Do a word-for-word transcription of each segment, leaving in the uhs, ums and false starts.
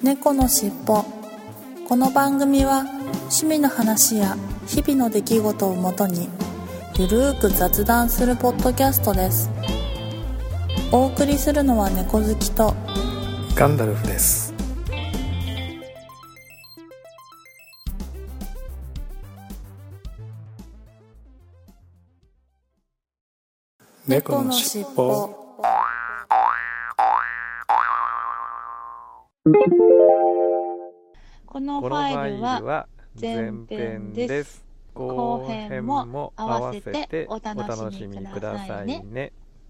猫のしっぽ。この番組は趣味の話や日々の出来事をもとにゆるーく雑談するポッドキャストです。お送りするのは猫好きとガンダルフです。猫のしっぽ。 このファイルは前編です。後編も合わせてお楽しみくださいね。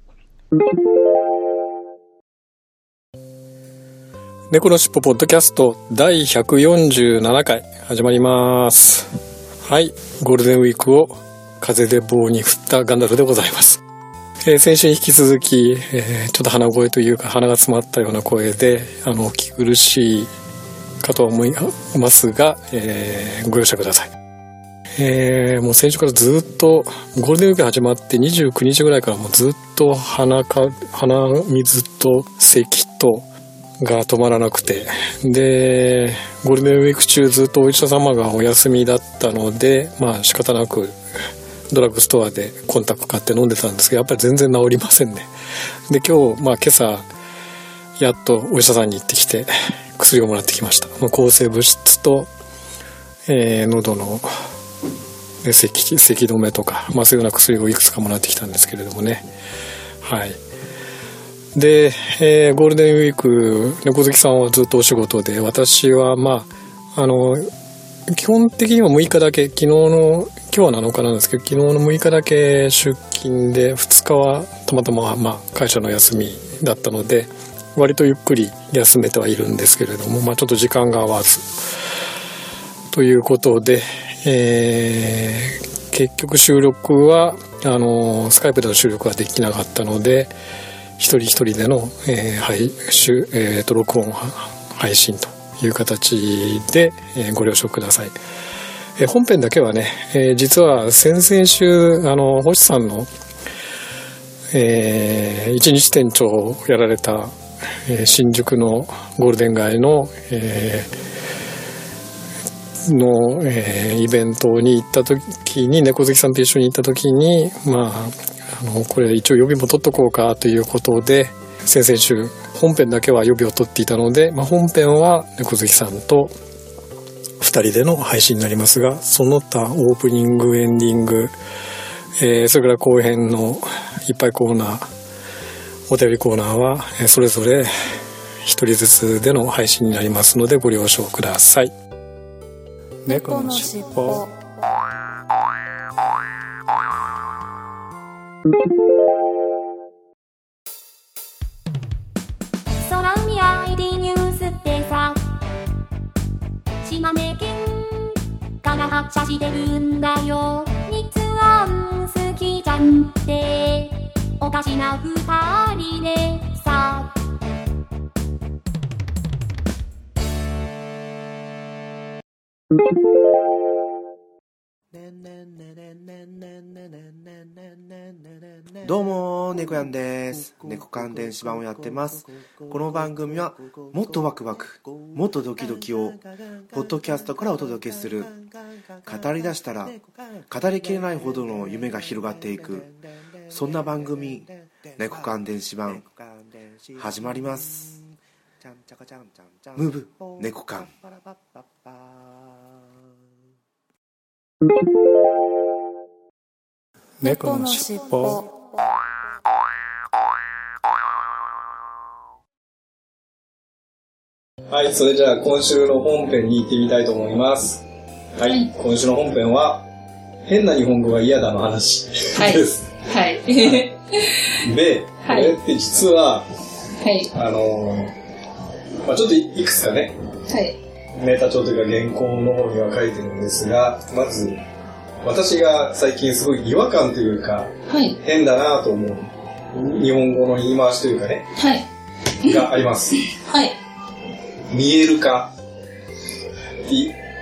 猫のしっぽポッドキャストだいひゃくよんじゅうななかい始まります。はい、ゴールデンウィークを風で棒に振ったガンダルでございます。えー、先週に引き続き、えー、ちょっと鼻声というか鼻が詰まったような声であの聞き苦しいかと思いますが、えー、ご容赦ください。えー、もう先週からずっとゴールデンウィーク始まってにじゅうくにちぐらいからもうずっと鼻か鼻水と咳とが止まらなくて、でゴールデンウィーク中ずっとお医者様がお休みだったので、まあ仕方なくドラッグストアでコンタクト買って飲んでたんですけど、やっぱり全然治りませんね。で今日まあ今朝やっとお医者さんに行ってきて薬をもらってきました。まあ、抗生物質と、えー、喉の咳、咳止めとか、まあ、そういうような薬をいくつかもらってきたんですけれどもね。はい。で、えー、ゴールデンウィーク猫好きさんはずっとお仕事で、私はまああの基本的にはむいかだけ、昨日の今日はなのかなんですけど、昨日のむいかだけ出勤でふつかはたまたま、まあ、会社の休みだったので割とゆっくり休めてはいるんですけれども、まあ、ちょっと時間が合わずということで、えー、結局収録はあのスカイプでの収録はできなかったので一人一人での、えーはいしゅえー、と録音配信という形で、えー、ご了承ください。えー、本編だけはね、えー、実は先々週あの星さんの、えー、一日店長をやられたえー、新宿のゴールデン街の、えー、の、えー、イベントに行った時に猫好きさんと一緒に行った時にまあ、あのこれ一応予備も取っとこうかということで先々週本編だけは予備を取っていたので、まあ、本編は猫好きさんとふたりでの配信になりますが、その他オープニングエンディング、えー、それから後編のいっぱいコーナーお便りコーナーはそれぞれ一人ずつでの配信になりますのでご了承ください。猫のしっぽ。 空海 アイディー ニュースってさ、島根県から発車してるんだよ。日安好きじゃんっておかしなふたりでさ。 どうも猫やんです。猫缶電子版をやってます。この番組はもっとワクワクもっとドキドキをポッドキャストからお届けする、語り出したら語りきれないほどの夢が広がっていく、そんな番組、猫缶電子版始まります。ムーブ猫缶。 猫のしっぽ。はい、それじゃあ今週の本編に行ってみたいと思います。はい、今週の本編は変な日本語が嫌だの話です。 はい。 で、これって実は、 はい、 あのー、まあちょっといくつかね、 はい、 ネタ帳というか原稿の方には書いてるんですが、まず私が最近すごい違和感というか、はい、変だなと思う日本語の言い回しというかね、はい、があります。はい。見える化って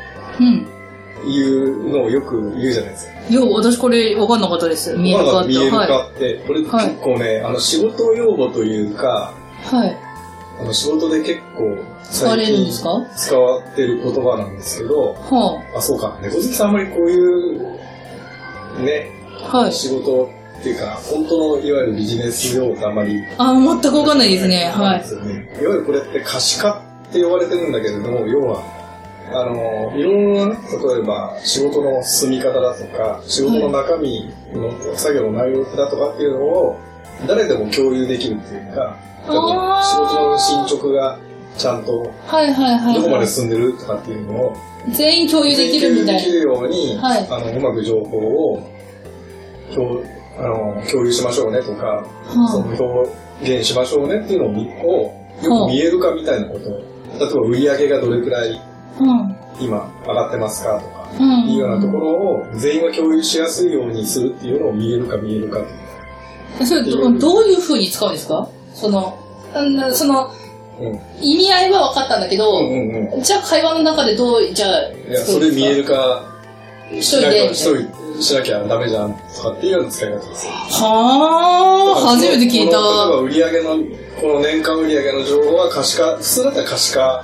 いうのをよく言うじゃないですか。 いや、私これ分かんなかったです。見える化って。 見える化って、これ結構ね、はい、あの仕事用語というか、はい、 あの仕事で結構使われるんですか？ 使わってる言葉なんですけど、 はあ、そうか、猫好きさんあんまりこういうね、 はい。 仕事っていうか本当のいわゆるビジネス用語あんまりあ、全くわかんないですね。はい。 ですよね。いわゆるこれって可視化って呼ばれてるんだけれども、要はあのいろんな、例えば仕事の進み方だとか仕事の中身の作業の内容だとかっていうのを誰でも共有できるっていうか、仕事の進捗がちゃんとはいはいはい。 どこまで進んでるとかっていうのを全員共有できるみたいな。 できるように、 はい、 あのうまく情報を共あの共有しましょうねとか、はあ、その表現しましょうねっていうのをよく見えるかみたいなことを、例えば売り上げがどれくらい今上がってますかとか、うん、いうようなところを全員が共有しやすいようにするっていうのを見えるか見えるかという。 それどどういう風に使うんですか？そのその、うん、意味合いは分かったんだけど、うんうんうん、じゃあ会話の中でどうじゃあいやそれ見えるか一人で一人しなきゃダメじゃんとかっていうような使い方です。 はあ、初めて聞いた。 例えば売上のこの年間売上の情報は可視化、普通だったら可視化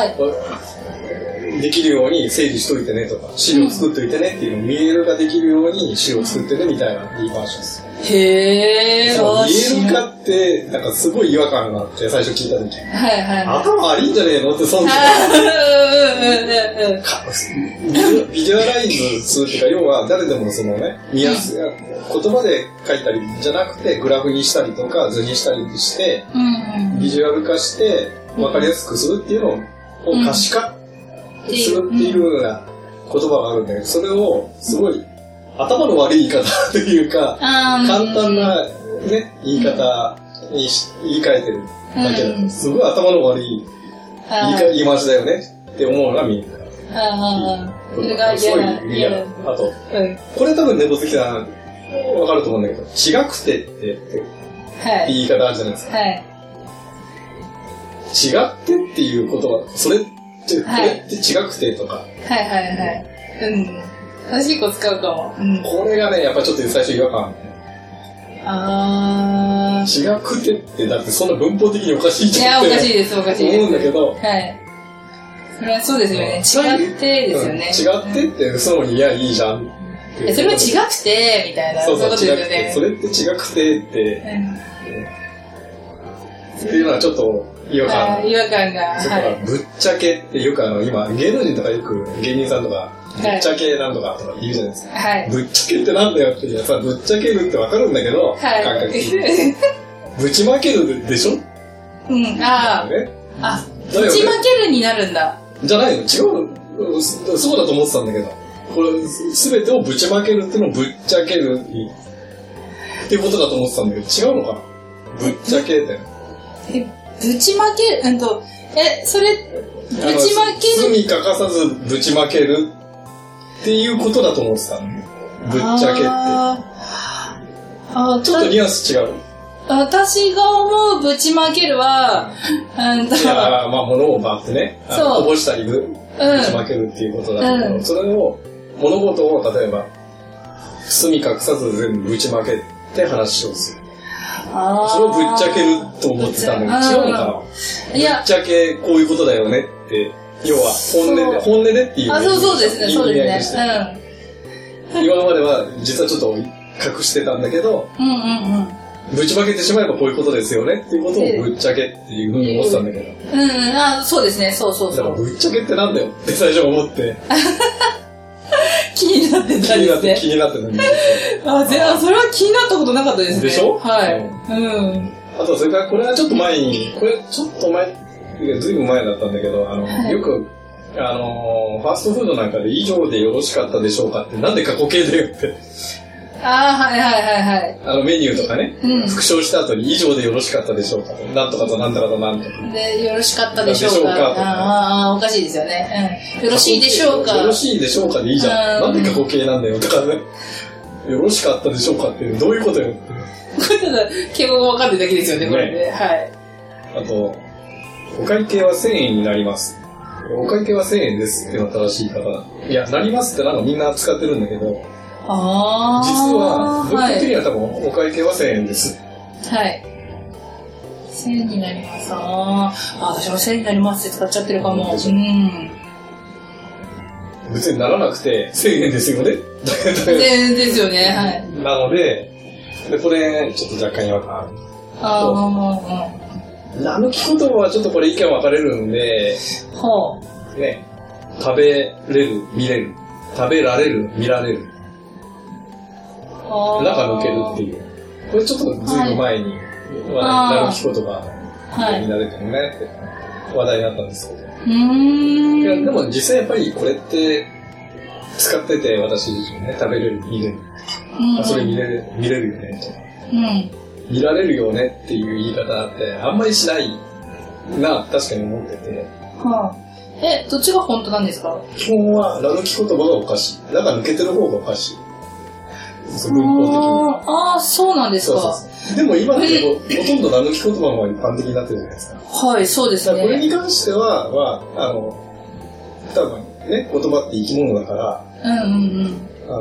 できるように整理しといてねとか、資料作っといてねっていうのを見える化できるように資料作ってねみたいな言い回しです。 へー。 そう見える化ってなんかすごい違和感があって最初聞いた時、はいはい、頭悪いんじゃねえのってそのビジュアライズするっていうか、要は誰でもそのね見やすい言葉で書いたりじゃなくてグラフにしたりとか図にしたりしてビジュアル化して分かりやすくするっていうのを可視化するっていうような言葉があるんだけど、それをすごい頭の悪い言い方というか簡単な、ね、言い方に言い換えてるだけだとすごい頭の悪い言い回しだよねって思うのが見えるから。それが嫌な。嫌な。あと、これ多分猫好きさんわかると思うんだけど、違くてって言い方あるじゃないですか。違ってっていう言葉、それってこれって違くてとか。 はいはいはい。うん。正しい子使うかも。 うん、これがね、やっぱちょっと最初違和感。 あー。 違くてって、だってそんな文法的におかしいじゃんって。 いや、おかしいです、おかしいです。 思うんだけど。 はい。それはそうですよね。違ってですよね。 うん、違ってって素直に、いや、いいじゃん。 それは違くて、みたいな。 そうそう、 そういうことですよね。それって違くてって、うん、っていうのはちょっと違和感。 違和感が。 はい、ぶっちゃけってよくあの、今、芸能人とかよく芸人さんとか、ぶっちゃけなんとかとか言うじゃないですか。はい、ぶっちゃけってなんだよって、さ、ぶっちゃけるってわかるんだけど、はい、感覚的に。ぶちまけるでしょ？ うん、ああ。ね、あ、ぶちまけるになるんだ。 じゃないの？違うの？そうだと思ってたんだけど。これ、すべてをぶちまけるっていうのをぶっちゃけるっていうことだと思ってたんだけど、違うのかな？ぶっちゃけって。 え、ぶちまける、うんと、え、それ、ぶちまける。 罪欠かさずぶちまけるっていうことだと思ってたの。ぶっちゃけって。ああ、ちょっとニュアンス違う。 私が思うぶちまけるは、 うん、いや、まあ、物をバーってね、こぼしたりぶ、ぶちまけるっていうことだけど、うん、それを、物事を例えば、包み隠さず全部ぶちまけて話をする。あそれをぶっちゃけると思ってたんだけど、違うのかな？いやぶっちゃけこういうことだよねって、要は本音で、本音でっていう。 あ、そうそうですね、そうですね。 うん、今までは実はちょっと隠してたんだけど、うんうんうんぶちまけてしまえばこういうことですよねっていうことをぶっちゃけっていうふうに思ってたんだけど。 うん、うん、あ、そうですね、そうそうそう。 だからぶっちゃけってなんだよって最初思って。 気になってたんですね。 気になってたんですあ、ぜあ、それは気になったことなかったですね。 でしょ？ はい。うん。 あと、それからこれはちょっと前に、これちょっと前、ずいぶん前だったんだけど、あの、はい、よく、あの、ファーストフードなんかで以上でよろしかったでしょうかって、なんで過去形だよって。 ああ、はいはいはいはい。 あのメニューとかね、うん、復唱した後に以上でよろしかったでしょうか。なんとかとなんとかとなんとか。 で、よろしかったでしょうか。ああ、おかしいですよね、うん。よろしいでしょうか。 よろしいでしょうかでいいじゃん。なんで過去形なんだよとかね。よろしかったでしょうかってどういうことよって。これただ、敬語が分かってるだけですよね、これで。はい。 あと、お会計はせんえんになります。お会計はせんえんですっていうのが正しい方。いや、なりますってなんかみんな使ってるんだけど、 あ実は、文法的には多分お会計はせんえんです。 はい。 せんになります。ああ、私もせんになりますって使っちゃってるかも。うん。 別にならなくてせんえんですよね。 せんえんですよね。はい。 なので、でこれちょっと若干違和感ある。 ああ、 ラ抜き言葉はちょっとこれ意見分かれるんで、 はあ、ね、食べれる、見れる、食べられる、見られる、中抜けるっていう。これちょっとずいぶん前に、ラ抜き言葉になれてるねって話題になったんですけど。 うーん。 いやでも実際やっぱりこれって使ってて私自身ね、食べれる、見れる、うん、それ見れる、見れるよねとか、うん、見られるよねっていう言い方ってあんまりしないな、確かに思ってて。 はあ、え、どっちが本当なんですか？ 基本はラ抜き言葉がおかしい。中抜けてる方がおかしい。文法的に。 ああ、そうなんですか。そうそうそう。でも今ってほとんどラ抜き言葉の方が一般的になってるじゃないですか。 はい、そうですね。 これに関しては、まあ、あの、多分ね、言葉って生き物だから、 うんうんうん。 あ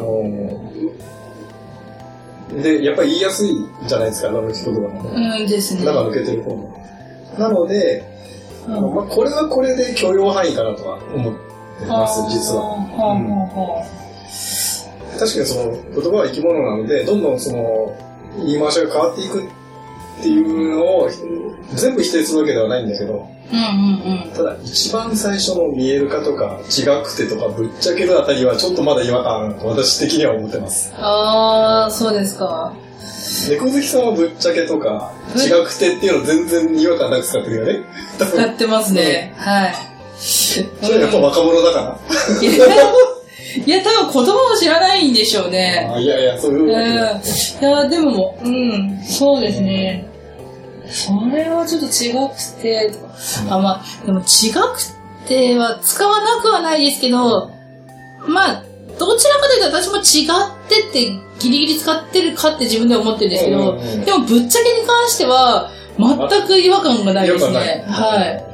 の、で、やっぱり言いやすいじゃないですか、ラ抜き言葉の方が。 うんですね。 中抜けてる方が。なので、うん、まあ、これはこれで許容範囲かなとは思ってます、実は。はあうんはあ、確かにその言葉は生き物なので、どんどんその言い回しが変わっていくっていうのを全部否定するわけではないんだけど、うんうんうん、ただ一番最初の見える化とか違くてとかぶっちゃけるあたりはちょっとまだ違和感あると私的には思ってます。 ああ、そうですか。 猫好きさんはぶっちゃけとか違くてっていうの全然違和感なく使ってるよね。 使ってますね。はい。 それやっぱ若者だから。 いや、多分言葉を知らないんでしょうね。 あ、いやいや、そういう。うん。いや、でも、うん、そうですね。それはちょっと違くて、うん、あ、まあ、でも違くては使わなくはないですけど、まあ、どちらかというと私も違ってってギリギリ使ってるかって自分では思ってるんですけど、うんうんうん、でもぶっちゃけに関しては全く違和感がないですね。はい。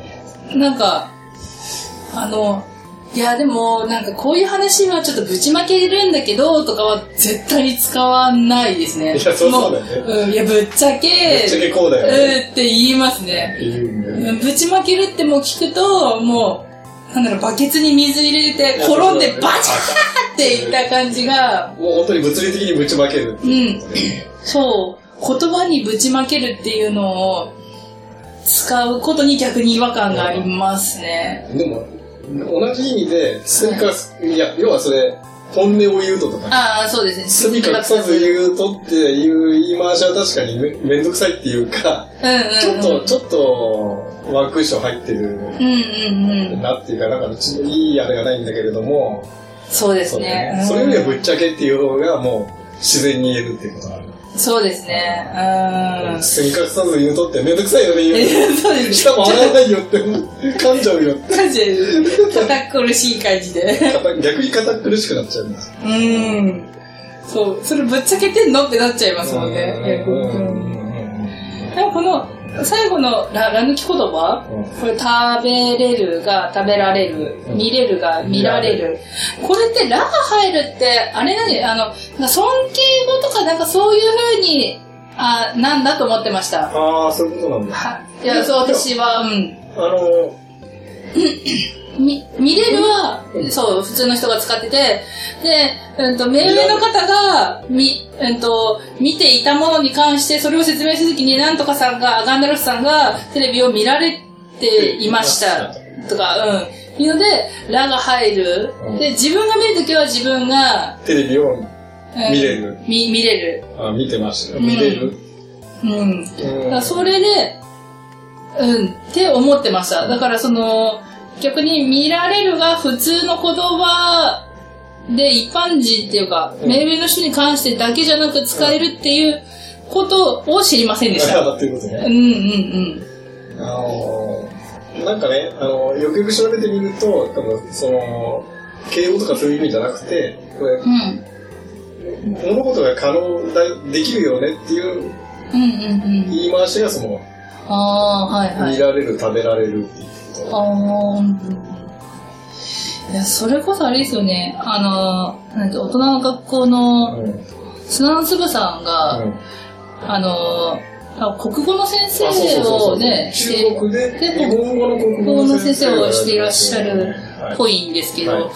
なんか、あの、いやでもなんかこういう話はちょっとぶちまけるんだけどとかは絶対に使わないですね。 いや、そうそうだよね。 うん、いや、ぶっちゃけ、 ぶっちゃけこうだよね。 うんって言いますね。 ねぶちまけるってもう聞くと、もう、なんだろう、バケツに水入れて転んでバチャーっていった感じが。 もう本当に物理的にぶちまけるっていう。 うん。そう。言葉にぶちまけるっていうのを使うことに逆に違和感がありますね。 でも、同じ意味で、包み隠す、いや、要はそれ、本音を言うととか、 ああ、そうですね。 包み隠さず言うとっていう言い回しは確かに め, めんどくさいっていうか、うんうんうん、ちょっと、ちょっと、ワンクッション入ってる、うんうんうん、なっていうか、なんか、ちょっといいあれがないんだけれども、 そうですね。 そ, ねそれよりはぶっちゃけっていう方がもう、自然に言えるっていうことがある。 そうですね。うん。 包み隠さず言うとってめんどくさいよね、言うそうですね。 しかも洗わないよって、噛んじゃうよって。 噛んじゃう。堅苦しい感じで。 逆に堅苦しくなっちゃうんです。 うん。そう。それぶっちゃけてんのってなっちゃいますもんね。うん。でもこの、最後のラ、ラ抜き言葉、うん、これ食べれるが食べられる、うん、見れるが見られる。これってラが入るって、あれなんで、あの、尊敬語とかなんかそういう風に、あ、なんだと思ってました。 ああ、そういうことなんだ。 は、いや、そう、私は、うん。 あの、 み、見れるは、そう、普通の人が使ってて、で、うんと、目上の方が、み、うんと、見ていたものに関して、それを説明するときに、なんとかさんが、ガンダルフさんが、テレビを見られていました、とか、うん。いうので、ラが入る。で、自分が見るときは自分が、 テレビを見れる。 うん、見、見れる。 あ、見てました。見れる。 うん。うん、だからそれで、うん、って思ってました。だからその、逆に見られるが普通の言葉で一般人っていうか、うん、目上の人に関してだけじゃなく使えるっていうことを知りませんでした。 だっていうことね。 うんうんうん。あのー、なんかね、あのー、よくよく調べてみると、多分その、敬語とかそういう意味じゃなくて、これ、うん、物事が可能だ、できるよねっていう言い回しがその、 あー、はいはい、 見られる、食べられるっていう。 あー、いや、それこそあれですよね。あの、なんて大人の学校の砂の粒さんが、うん、あの、 国語の先生をね、して、 中国でで日本語の国語の先生をしていらっしゃるっぽいんですけど、はいはい、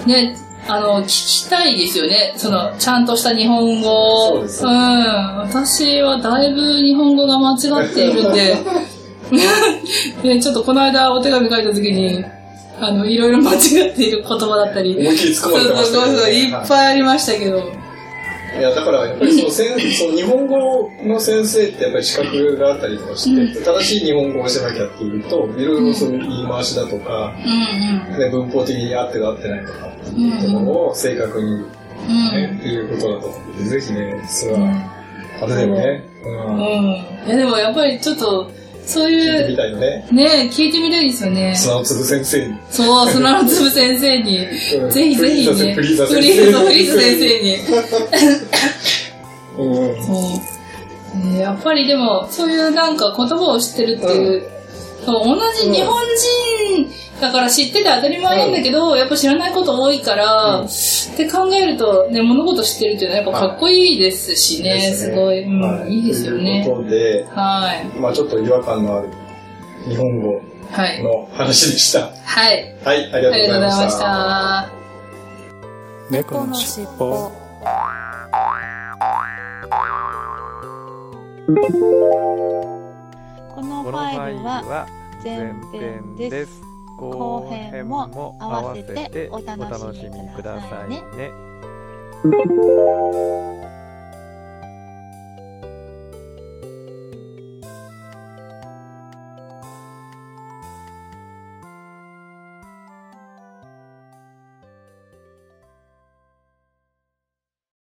ね、あの、聞きたいですよね。その、ちゃんとした日本語。そうです、ね。うん。私はだいぶ日本語が間違っているんで、でちょっとこの間お手紙書いた時に、あの、いろいろ間違っている言葉だったり。 思いっきり突っ込まれてましたね。 そうそうそう、いっぱいありましたけど。 いや、だからやっぱりその先その日本語の先生ってやっぱり資格があったりとかして、うん、正しい日本語をしなきゃっていうと、いろいろそういう言い回しだとか、うんうん、ね、文法的に合ってる合ってないとかっていうところを正確に、ね、うん、っていうことだと思うので、ぜひね、それは、あれだよね。うん。うん。 いやでもやっぱりちょっと、そういう。 聞いてみたいよね。 ね、聞いてみたいですよね。 砂の粒先生に。 そう、砂の粒先生に。うん、ぜひぜひね。 フリーザ先生に。フリーザ先生に。 うん、 そう、ね。やっぱりでも、そういうなんか言葉を知ってるっていう、うん、そう同じ日本人だから知ってて当たり前なんだけど、うん、やっぱ知らないこと多いから、うん、って考えると、ね、物事知ってるっていうのはやっぱかっこいいですしね、はい、すごい、うんはい、いいですよね。 ということで、 はい。 まあちょっと違和感のある日本語の話でした。 はい。 はい、ありがとうございました。ありがとうございました。 猫のしっぽ。このファイルは前編です。後編も合わせてお楽しみくださいね。